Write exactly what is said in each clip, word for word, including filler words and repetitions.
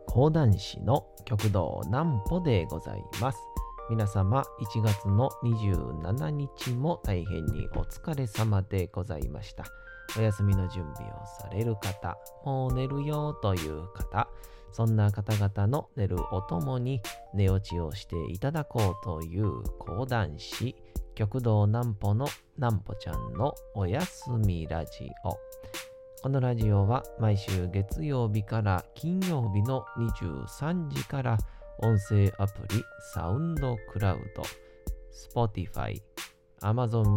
講談師の極道南歩でございます。皆様いちがつのにじゅうしちにちも大変にお疲れ様でございました。お休みの準備をされる方、もう寝るよという方、そんな方々の寝るおともに寝落ちをしていただこうという講談師極道南歩の南歩ちゃんのおやすみラジオ。このラジオは毎週月曜日から金曜日のにじゅうさんじから音声アプリサウンドクラウド、Spotify、Amazon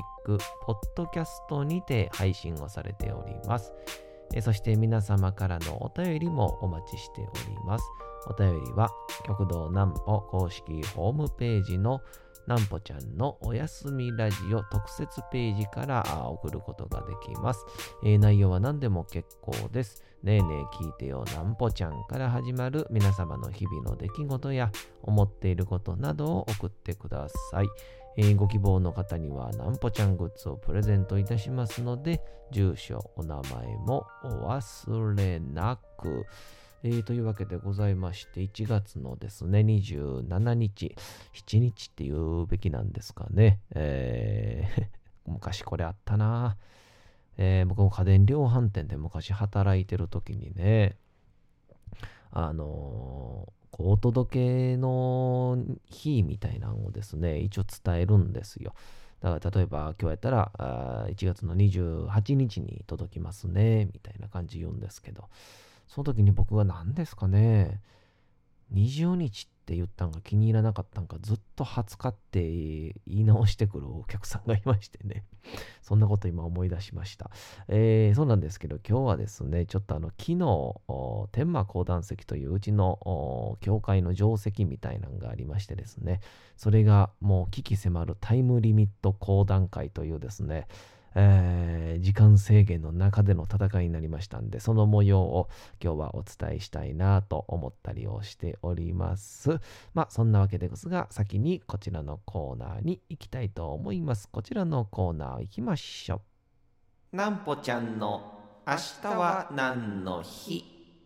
Music、Podcast にて配信をされております。えそして皆様からのお便りもお待ちしております。お便りは極道南歩公式ホームページの南歩ちゃんのおやすみラジオ特設ページから送ることができます。えー、内容は何でも結構です。ねえねえ聞いてよ南歩ちゃんから始まる皆様の日々の出来事や思っていることなどを送ってください。えー、ご希望の方には南歩ちゃんグッズをプレゼントいたしますので、住所、お名前もお忘れなく。えー、というわけでございまして、いちがつのですね、にじゅうしちにち、しちにちって言うべきなんですかね。えー、昔これあったな。えー、僕も家電量販店で昔働いてる時にね、あのー、こうお届けの日みたいなのをですね、一応伝えるんですよ。だから例えば今日やったらあいちがつのにじゅうはちにちに届きますね、みたいな感じ言うんですけど、その時に僕は何ですかね、にじゅうにちって言ったんが気に入らなかったんか、ずっとはつかって言い直してくるお客さんがいましてね。そんなこと今思い出しました。えー、そうなんですけど、今日はですね、ちょっとあの、昨日、天満講談石といううちの教会の定石みたいなのがありましてですね、それがもう危機迫るタイムリミット講談会というですね、えー、時間制限の中での戦いになりましたんで、その模様を今日はお伝えしたいなと思ったりをしております。まあそんなわけですが、先にこちらのコーナーに行きたいと思います。こちらのコーナー行きましょう。なんぽちゃんの明日は何の日。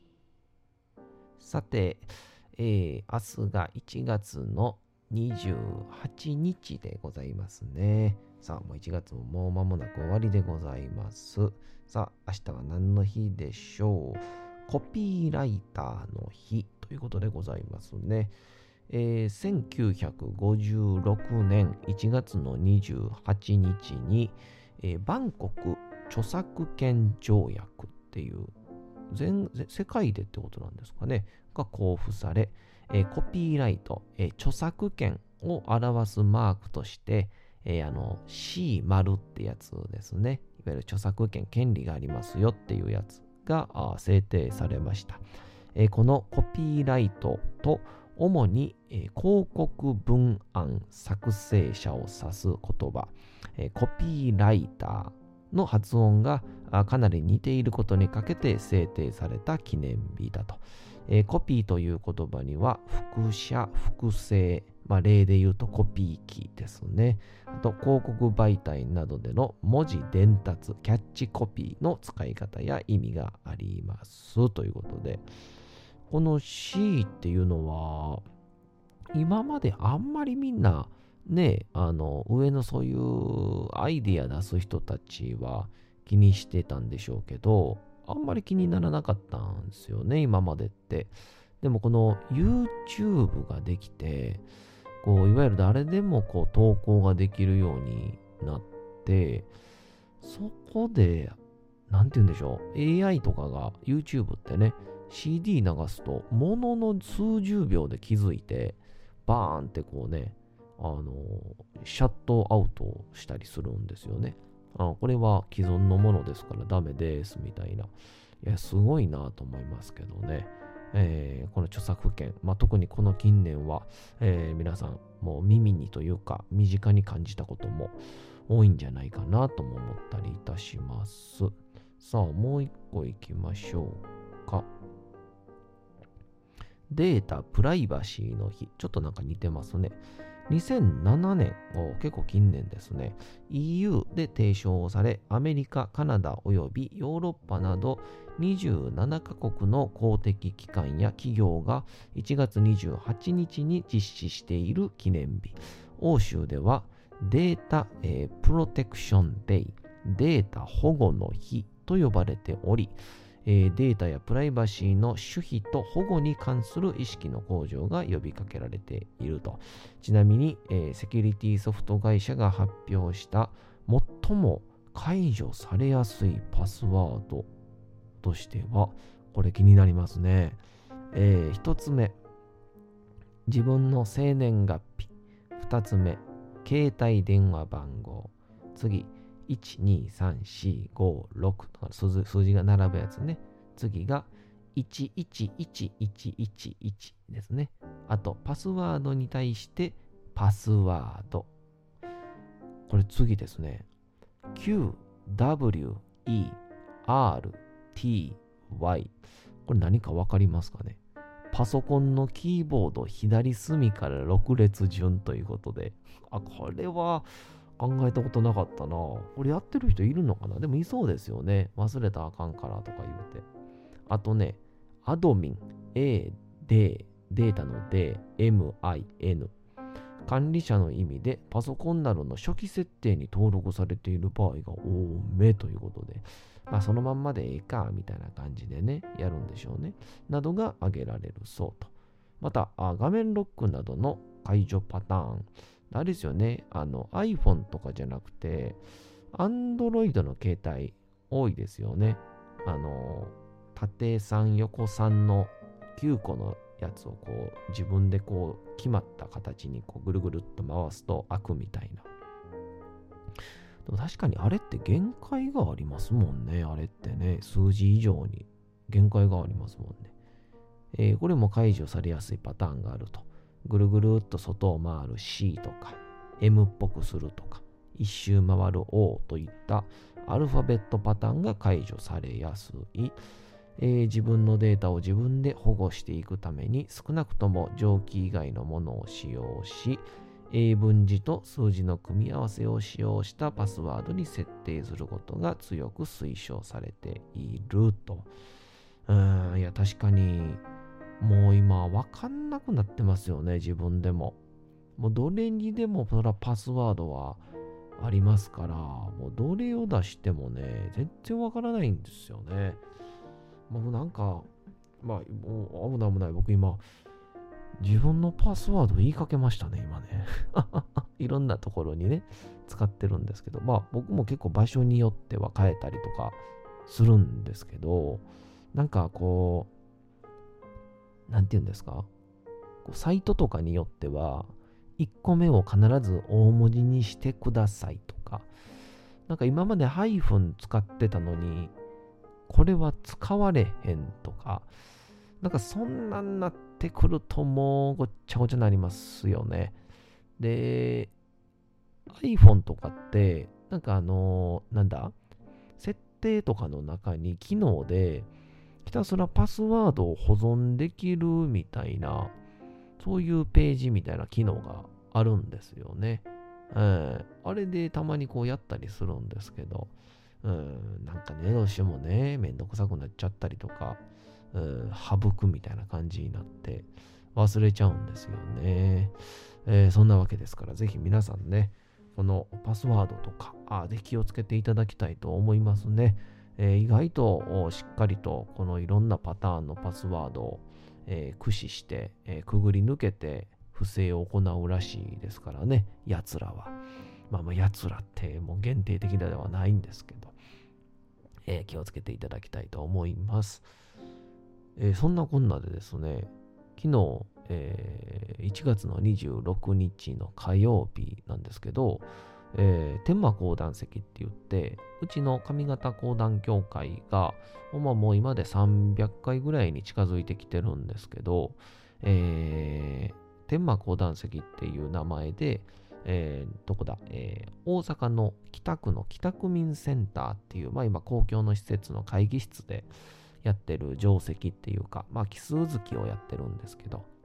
さて、えー、明日がいちがつのにじゅうはちにちでございますね。さあ、もういちがつももう間もなく終わりでございます。さあ、明日は何の日でしょう。コピーライターの日ということでございますね。えー、せんきゅうひゃくごじゅうろくねんいちがつのにじゅうはちにちに、えー、バンコク著作権条約っていう全世界でってことなんですかね、が交付され、えー、コピーライト、えー、著作権を表すマークとして、えー、あの シー 丸ってやつですね。いわゆる著作権、権利がありますよっていうやつが制定されました。えー、このコピーライトと主に、えー、広告文案作成者を指す言葉、えー、コピーライターの発音がかなり似ていることにかけて制定された記念日だと。えー、コピーという言葉には複写、複製、まあ、例で言うとコピー機ですね。あと広告媒体などでの文字伝達、キャッチコピーの使い方や意味がありますということで、この C っていうのは今まであんまりみんなね、あの上のそういうアイディア出す人たちは気にしてたんでしょうけど、あんまり気にならなかったんですよね、今までって。でもこの YouTube ができて、こういわゆる誰でもこう投稿ができるようになって、そこでなんて言うんでしょう、 エーアイ とかが YouTube ってね シーディー 流すとものの数十秒で気づいてバーンってこうね、あのシャットアウトしたりするんですよね。あ、これは既存のものですからダメですみたいな。いや、すごいなと思いますけどね。えー、この著作権、まあ、特にこの近年は、えー、皆さんもう耳にというか身近に感じたことも多いんじゃないかなとも思ったりいたします。さあ、もう一個いきましょうか。データプライバシーの日。ちょっとなんか似てますね。 にせんななねん、結構近年ですね、イーユー で提唱され、アメリカ、カナダおよびヨーロッパなどにじゅうななカ国の公的機関や企業がいちがつにじゅうはちにちに実施している記念日。欧州ではデータ、えー、プロテクションデイ、データ保護の日と呼ばれており、えー、データやプライバシーの守秘と保護に関する意識の向上が呼びかけられていると。ちなみに、えー、セキュリティソフト会社が発表した最も解除されやすいパスワードとしては、これ気になりますね。えー、一つ目、自分の生年月日。二つ目、携帯電話番号。次、いち、に、さん、し、ご、ろくとか数字が並ぶやつね。次がいちいちいちいちいちいちですね。あと、パスワードに対してパスワード。これ次ですね。Q、W、E、R、T、Y。これ何かわかりますかね？パソコンのキーボード左隅からろく列順ということで。あ、これは考えたことなかったな。これやってる人いるのかな？でもいそうですよね。忘れたらあかんからとか言うて。あとね、アドミン、A、D、データの D、M、I、N。管理者の意味でパソコンなどの初期設定に登録されている場合が多めということで、まあそのまんまでええかみたいな感じでね、やるんでしょうね。などが挙げられるそうと。また、画面ロックなどの解除パターン。あれですよね、あの iPhone とかじゃなくて、Android の携帯多いですよね。あの、縦さん横さんのきゅうこのやつをこう自分でこう決まった形にこうぐるぐるっと回すと開くみたいな。でも確かにあれって限界がありますもんね。あれってね、数字以上に限界がありますもんね。えー、これも解除されやすいパターンがあると。ぐるぐるっと外を回る C とか M っぽくするとか一周回る O といったアルファベットパターンが解除されやすい。えー、自分のデータを自分で保護していくために少なくとも上記以外のものを使用し、英文字と数字の組み合わせを使用したパスワードに設定することが強く推奨されていると。うーん、いや確かにもう今わかんなくなってますよね、自分でも。もうどれにでもそらパスワードはありますから、もうどれを出してもね、全然わからないんですよね。もうなんか、まあ、もう危ない危ない。僕今、自分のパスワード言いかけましたね、今ね。いろんなところにね、使ってるんですけど、まあ僕も結構場所によっては変えたりとかするんですけど、なんかこう、なんて言うんですか、こうサイトとかによっては、いっこめを必ず大文字にしてくださいとか、なんか今までハイフン使ってたのに、これは使われへんとか、なんかそんなんなってくるともうごっちゃごちゃになりますよね。で、iPhone とかって、なんかあのー、なんだ設定とかの中に機能で、ひたすらパスワードを保存できるみたいな、そういうページみたいな機能があるんですよね。うん、あれでたまにこうやったりするんですけど、うん、なんかね、どうしてもね、めんどくさくなっちゃったりとか、うん、省くみたいな感じになって忘れちゃうんですよね。えー、そんなわけですから、ぜひ皆さんね、このパスワードとか、あで気をつけていただきたいと思いますね。えー、意外としっかりとこのいろんなパターンのパスワードを、えー、駆使して、えー、くぐり抜けて不正を行うらしいですからね、奴らは。まあまあ奴らってもう限定的ではないんですけど、えー、気をつけていただきたいと思います。えー、そんなこんなでですね、昨日、えー、いちがつのにじゅうろくにちの火曜日なんですけど、えー、天満講談席って言って、うちの上方講談協会が、まあ、もう今でさんびゃっかいぐらいに近づいてきてるんですけど、えー、天満講談席っていう名前で、えー、どこだ、えー、大阪の北区の北区民センターっていう、まあ今公共の施設の会議室でやってる定席っていうか、まあ奇数月をやってるんですけど、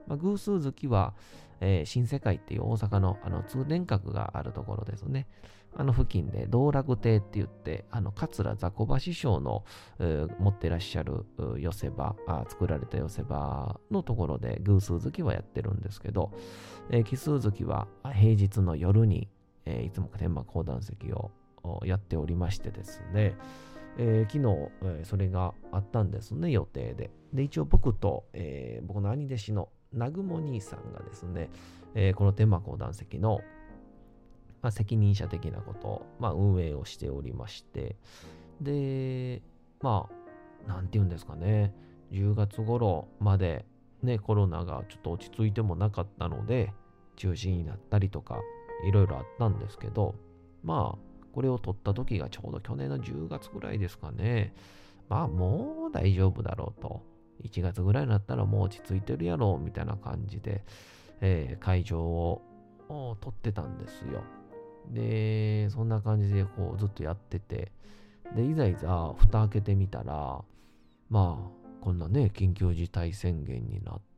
まあ、偶数月は、えー新世界っていう大阪のあの通天閣があるところですね。あの付近で道楽亭って言って、あの桂雑魚場師匠の、えー持ってらっしゃるう寄せ場あ、作られた寄せ場のところで偶数月はやってるんですけど、えー奇数月はあ平日の夜に、えーいつも天満講談席をおやっておりましてですね、えー昨日、えーそれがあったんですね、予定で。で、一応僕と、えー僕の兄弟子の南雲兄さんがですね、えーこの天満講談席の、まあ、責任者的なことを、まあ、運営をしておりまして、で、まあ、なんて言うんですかね、じゅうがつ頃までね、コロナがちょっと落ち着いてもなかったので、中止になったりとか、いろいろあったんですけど、まあ、これを取った時がちょうど去年のじゅうがつぐらいですかね。まあ、もう大丈夫だろうと。いちがつぐらいになったらもう落ち着いてるやろうみたいな感じで、えー会場をを取ってたんですよ。で、そんな感じでこうずっとやってて、で、いざいざ蓋開けてみたら、まあ、こんなね、緊急事態宣言になって、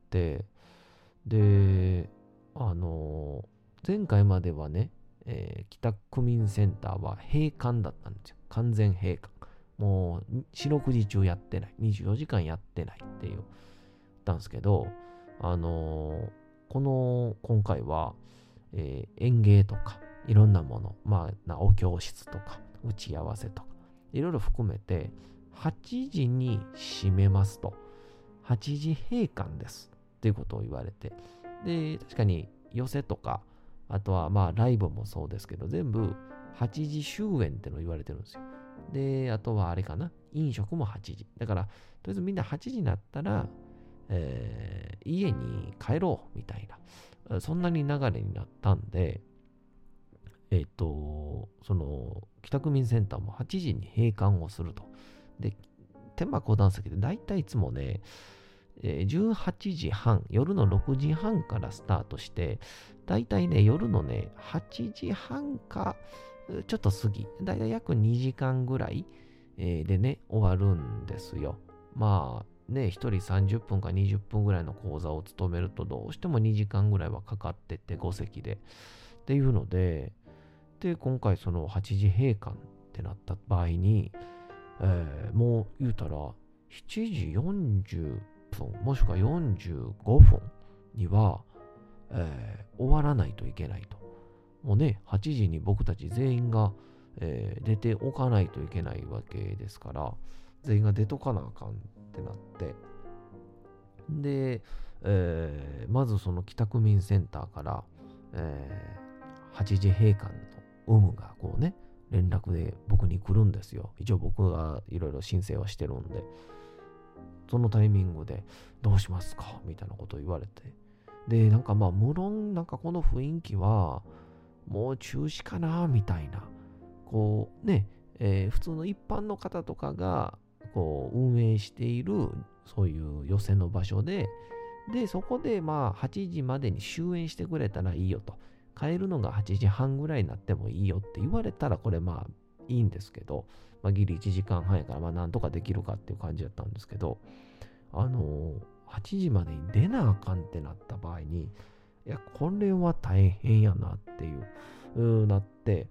で、あの前回まではね、えー北区民センターは閉館だったんですよ。完全閉館。もう、四六時中やってない。にじゅうよじかんやってないっていう、たんですけど、あのーこの、今回は、えー演芸とか、いろんなもの、まあ、なお教室とか、打ち合わせとか、いろいろ含めて、はちじに閉めますと。はちじ閉館です。っていうことを言われて。で、確かに寄せとか、あとはまあライブもそうですけど、全部はちじ終演ってのを言われてるんですよ。で、あとはあれかな、飲食もはちじ。だから、とりあえずみんなはちじになったら、えー家に帰ろうみたいな、そんなに流れになったんで、えっ、と、その、北区民センターもはちじに閉館をすると。で、天満講談席でだいたいいつもね、えーじゅうはちじはん、夜のろくじはんからスタートして、だいたいね、夜のね、はちじはんか、ちょっと過ぎ、だいたい約にじかんぐらい、えーでね、終わるんですよ。まあ、ね、ひとりさんじゅっぷんかにじゅっぷんぐらいの講座を務めると、どうしてもにじかんぐらいはかかってって、ご席で。っていうので、で、今回そのはちじ閉館ってなった場合に、えーもう言うたら、しちじよんじゅっぷん、もしくはよんじゅうごふんには、えー終わらないといけないと。もうね、はちじに僕たち全員が、えー出ておかないといけないわけですから、全員が出とかなあかんってなって、で、えーまずその北区民センターから、えーはちじ閉館の有無がこうね、連絡で僕に来るんですよ。一応僕がいろいろ申請はしてるんで、そのタイミングでどうしますかみたいなことを言われて。で、なんかまあ無論なんかこの雰囲気はもう中止かなみたいな。こうね、えー普通の一般の方とかがこう運営しているそういう寄せの場所で、で、そこでまあはちじまでに終演してくれたらいいよと。帰るのがはちじはんぐらいになってもいいよって言われたらこれまあいいんですけど、まあギリいちじかんはんやからまあなんとかできるかっていう感じだったんですけど、あのーはちじまでに出なあかんってなった場合に、いや、これは大変やなっていう、うーなって、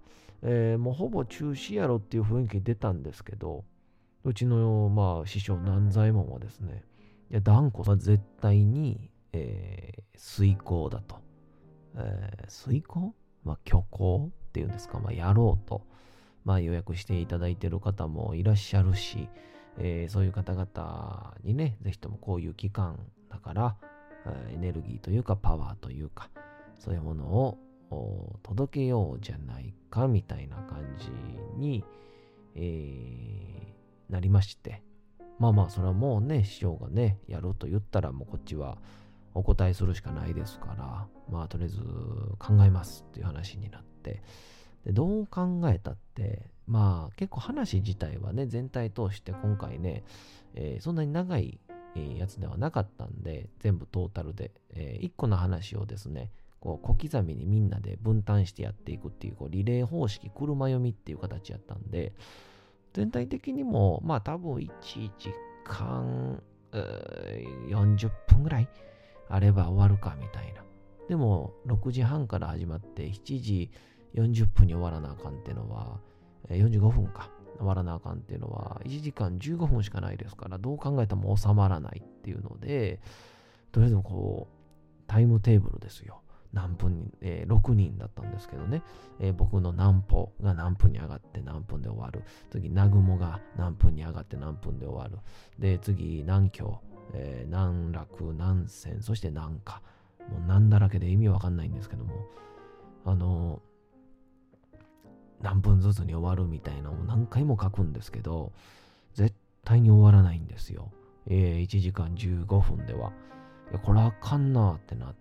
えーもうほぼ中止やろっていう雰囲気出たんですけど、うちの、まあ、師匠南左衛門はですね、いや、断固は絶対に、えー遂行だと。えー遂行まあ、虚構っていうんですか、まあ、やろうと。まあ、予約していただいている方もいらっしゃるし、えーそういう方々にね、ぜひともこういう期間だから、えーエネルギーというかパワーというか、そういうものをお届けようじゃないかみたいな感じに、えーなりまして、まあまあ、それはもうね、師匠がね、やると言ったらもうこっちはお答えするしかないですから、まあ、とりあえず考えますっていう話になって、でどう考えたって、まあ、結構話自体はね、全体通して今回ね、えーそんなに長い、えーやつではなかったんで、全部トータルで、えー、いっこの話をですね、こう小刻みにみんなで分担してやっていくっていう、こうリレー方式、車読みっていう形やったんで、全体的にも、まあ多分いちじかん、うーよんじゅっぷんぐらいあれば終わるかみたいな。でもろくじはんから始まってしちじよんじゅっぷんに終わらなあかんっていうのは、よんじゅうごふんか終わらなあかんっていうのはいちじかんじゅうごふんしかないですから、どう考えても収まらないっていうので、とりあえずこうタイムテーブルですよ。何分に、えー、ろくにんだったんですけどね、えー、僕の南歩が何分に上がって何分で終わる。次、南雲が何分に上がって何分で終わる。で、次、南京、えー、南楽、南線、そして南下。もう何だらけで意味わかんないんですけども、あのー、何分ずつに終わるみたいなのを何回も書くんですけど、絶対に終わらないんですよ。えー、いちじかんじゅうごふんでは。いや、これあかんなってなって、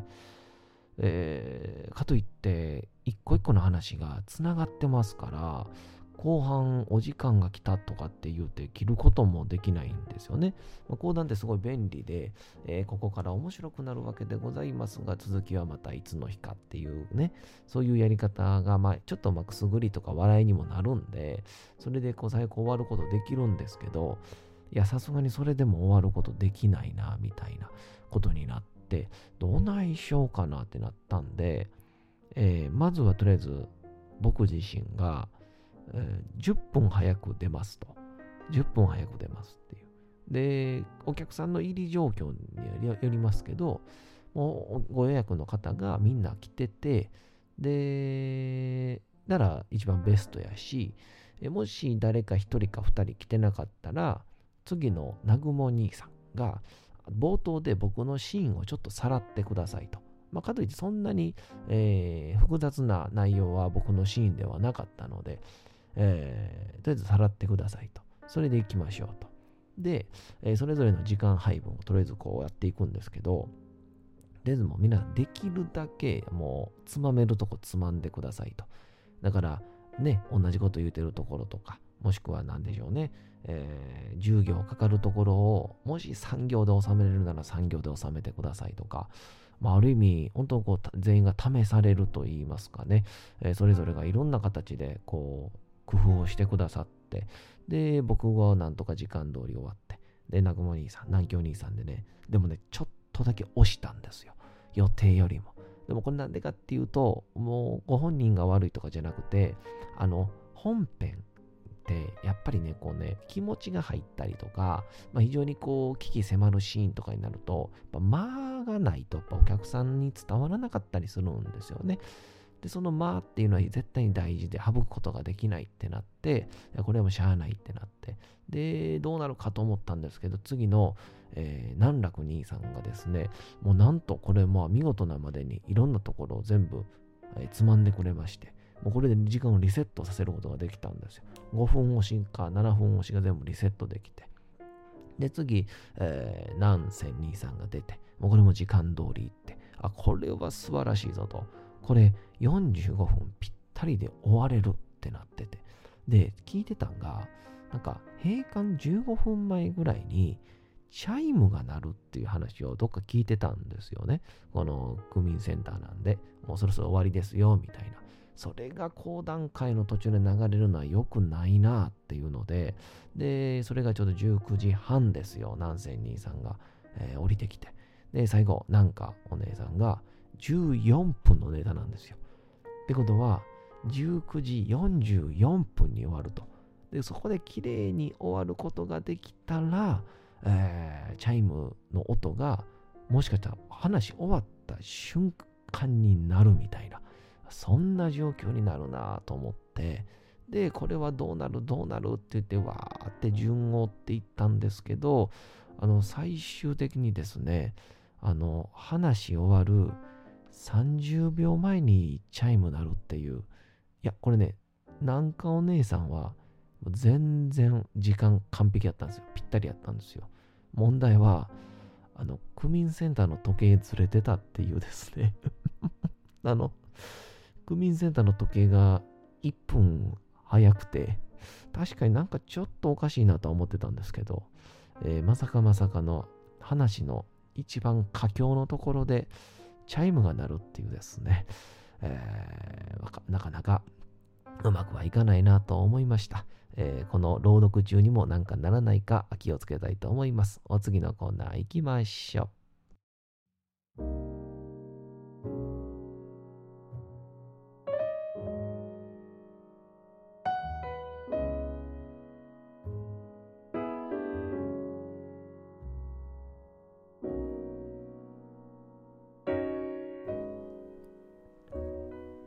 えー、かといって一個一個の話がつながってますから、後半お時間が来たとかって言うて切ることもできないんですよね。まあ、講談ってすごい便利で、えー、ここから面白くなるわけでございますが、続きはまたいつの日かっていうね、そういうやり方が、まあ、ちょっとまあくすぐりとか笑いにもなるんで、それでこう最後終わることできるんですけど、いや、さすがにそれでも終わることできないなみたいなことになって、どないしようかなってなったんで、えー、まずはとりあえず僕自身が、えー、じゅっぷん早く出ますと。じゅっぷん早く出ますっていう。で、お客さんの入り状況によりますけど、もうご予約の方がみんな来てて、で、なら一番ベストやし、もし誰か一人か二人来てなかったら、次の南雲兄さんが冒頭で僕のシーンをちょっとさらってくださいと。まあ、かといってそんなに、えー、複雑な内容は僕のシーンではなかったので、えー、とりあえずさらってくださいと。それで行きましょうと。で、えー、それぞれの時間配分をとりあえずこうやっていくんですけど、とりあえずもうみんなできるだけもうつまめるとこつまんでくださいと。だからね、同じこと言うてるところとか、もしくは何でしょうね、えー、じゅう行かかるところをもしさん行で収めれるならさん行で収めてくださいとか、まあ、ある意味本当こう全員が試されると言いますかね、えー、それぞれがいろんな形でこう工夫をしてくださって、で僕はなんとか時間通り終わって、で南雲兄さん南京兄さんでね、でもねちょっとだけ押したんですよ、予定よりも。でもこれなんでかっていうと、もうご本人が悪いとかじゃなくて、あの本編ってやっぱりねこうね気持ちが入ったりとか、まあ、非常にこう危機迫るシーンとかになると、やっぱ間がないとやっぱお客さんに伝わらなかったりするんですよね。でその間っていうのは絶対に大事で省くことができないってなって、いやこれはもうしゃあないってなって、でどうなるかと思ったんですけど、次の、えー、南楽兄さんがですね、もうなんとこれも見事なまでにいろんなところを全部、えー、つまんでくれまして、もうこれで時間をリセットさせることができたんですよ。ごふん押しかななふん押しが全部リセットできて、で次、えー、南仙兄さんが出て、もうこれも時間通り行って、あこれは素晴らしいぞと、これよんじゅうごふんぴったりで終われるってなってて、で聞いてたんが、なんか閉館じゅうごふんまえぐらいにチャイムが鳴るっていう話をどっか聞いてたんですよね。この区民センターなんで、もうそろそろ終わりですよみたいな。それが講談会の途中で流れるのは良くないなっていうので、でそれがちょうどじゅうくじはんですよ。南仙兄さんが、えー降りてきて、で最後なんかお姉さんがじゅうよんぷんのネタなんですよ。ってことはじゅうくじよんじゅうよんぷんに終わると。でそこで綺麗に終わることができたら、えーチャイムの音がもしかしたら話終わった瞬間になるみたいな、そんな状況になるなと思って、でこれはどうなるどうなるって言ってわーって順を追っていったんですけど、あの最終的にですね、あの話終わるさんじゅうびょうまえにチャイム鳴るっていう、いやこれね、なんかお姉さんは全然時間完璧やったんですよ。ぴったりやったんですよ。問題はあの区民センターの時計ずれてたっていうですねあの区民センターの時計がいっぷん早くて、確かになんかちょっとおかしいなとは思ってたんですけど、えーまさかまさかの話の一番佳境のところでチャイムが鳴るっていうですね、えーなかなかうまくはいかないなと思いました。えーこの朗読中にもなんかならないか気をつけたいと思います。お次のコーナー行きましょう。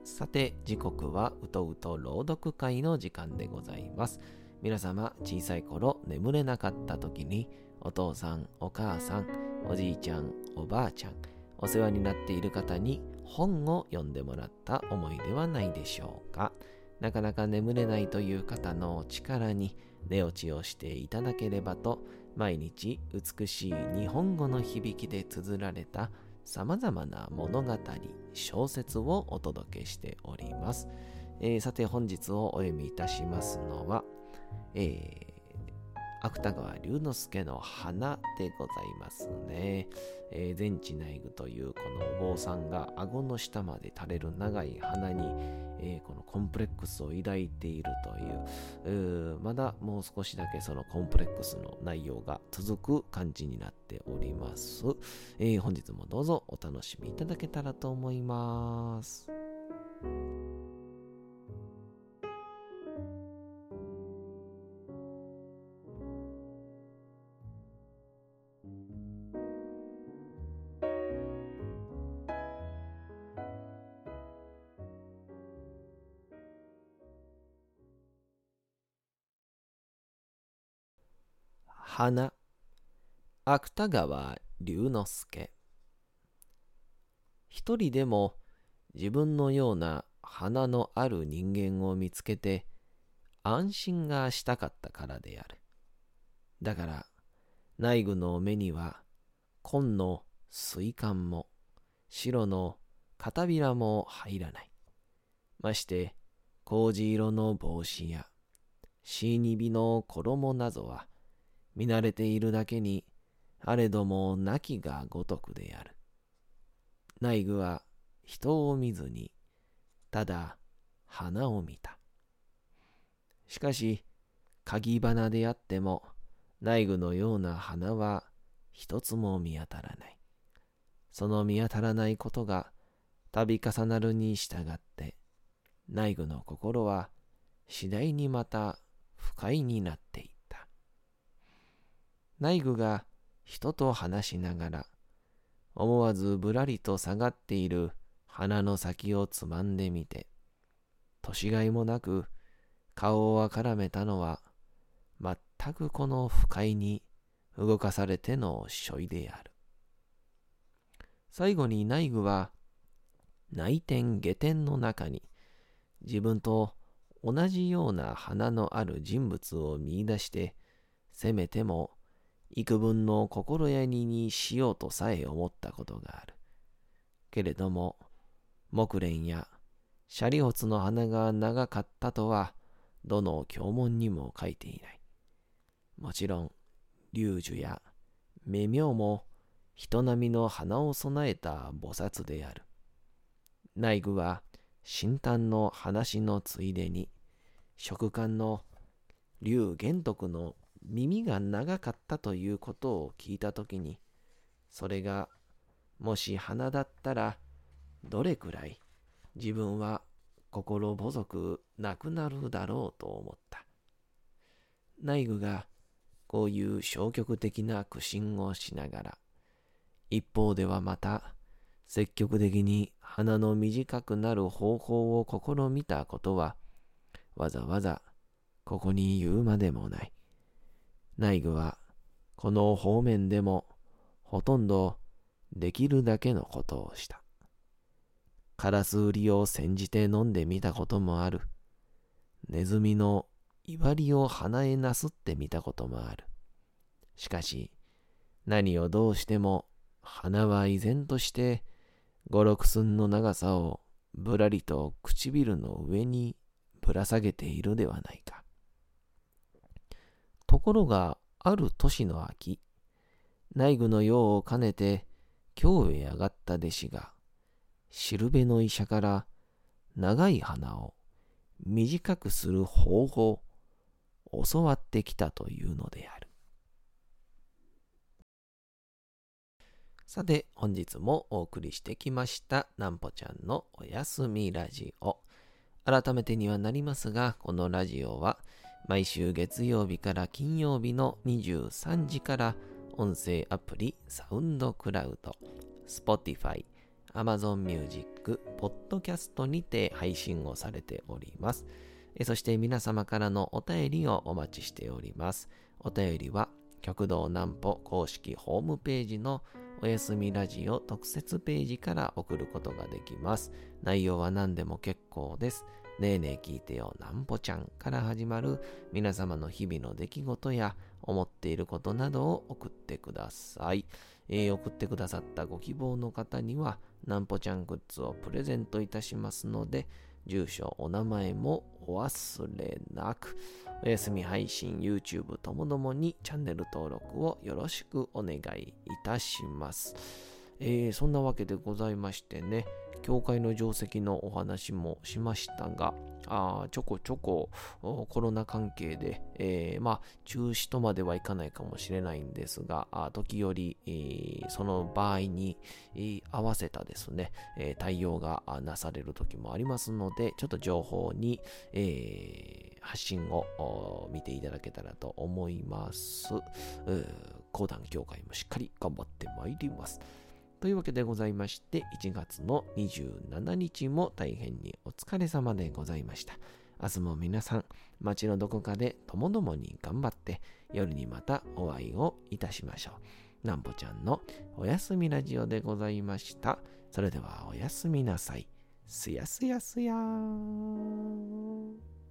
さて、時刻はうとうと朗読会の時間でございます。皆様、小さい頃眠れなかった時に、お父さん、お母さん、おじいちゃん、おばあちゃん、お世話になっている方に本を読んでもらった思いではないでしょうか。なかなか眠れないという方の力に寝落ちをしていただければと、毎日美しい日本語の響きで綴られたさまざまな物語、小説をお届けしております。えー、さて本日をお読みいたしますのは、えー、芥川龍之介の花でございますね。えー、全知内具というこのお坊さんが顎の下まで垂れる長い鼻に、えー、このコンプレックスを抱いているという、うまだもう少しだけそのコンプレックスの内容が続く感じになっております。えー、本日もどうぞお楽しみいただけたらと思います。花、芥川龍之介。一人でも自分のような花のある人間を見つけて安心がしたかったからである。だから内具の目には紺の水管も白の片びらも入らない。まして麹色の帽子やシーニビの衣などは見慣れているだけにあれどもなきがごとくである。内具は人を見ずにただ花を見た。しかし鍵花であっても内具のような花は一つも見当たらない。その見当たらないことが度重なるに従って内具の心は次第にまた不快になっていった。内具が人と話しながら思わずぶらりと下がっている鼻の先をつまんでみて、年がいもなく顔をあからめたのは全くこの不快に動かされての所以である。最後に内具は内天下天の中に自分と同じような花のある人物を見出して、せめても幾分の心やりにしようとさえ思ったことがある。けれども木蓮やシャリホツの花が長かったとはどの経文にも書いていない。もちろん龍樹や目明も人並みの花を備えた菩薩である。内具は神丹の話のついでに食官の龍玄徳の耳が長かったということを聞いたときに、それがもし花だったらどれくらい自分は心細くなくなるだろうと思った。内具がこういう消極的な苦心をしながら、一方ではまた積極的に花の短くなる方法を試みたことは、わざわざここに言うまでもない。内具はこの方面でもほとんどできるだけのことをした。カラスウリを煎じて飲んでみたこともある。ネズミのいわりを鼻へなすってみたこともある。しかし何をどうしても鼻は依然として五六寸の長さをぶらりと唇の上にぶら下げているではないか。ところがある年の秋、内具の用を兼ねて京へ上がった弟子がしるべの医者から長い鼻を短くする方法を教わってきたというのである。さて本日もお送りしてきましたなんぽちゃんのおやすみラジオ。改めてにはなりますが、このラジオは毎週月曜日から金曜日のにじゅうさんじから音声アプリサウンドクラウド、Spotify、 Amazon Music、Podcast にて配信をされております。そして皆様からのお便りをお待ちしております。お便りは極道南歩公式ホームページのおやすみラジオ特設ページから送ることができます。内容は何でも結構です。ねえねえ聞いてよなんぽちゃんから始まる皆様の日々の出来事や思っていることなどを送ってください。えー、送ってくださったご希望の方にはなんぽちゃんグッズをプレゼントいたしますので、住所、お名前もお忘れなく。おやすみ配信、YouTube ともどもにチャンネル登録をよろしくお願いいたします。えー、そんなわけでございましてね、教会の定石のお話もしましたが、あちょこちょこコロナ関係で、えー、まあ中止とまではいかないかもしれないんですが、あ時折、えー、その場合に、えー、合わせたですね、えー、対応がなされる時もありますので、ちょっと情報に、えー、発信を見ていただけたらと思います。講談協会もしっかり頑張ってまいります。というわけでございまして、いちがつのにじゅうしちにちも大変にお疲れ様でございました。明日も皆さん、街のどこかでともどもに頑張って、夜にまたお会いをいたしましょう。なんぽちゃんのおやすみラジオでございました。それではおやすみなさい。すやすやすやーん。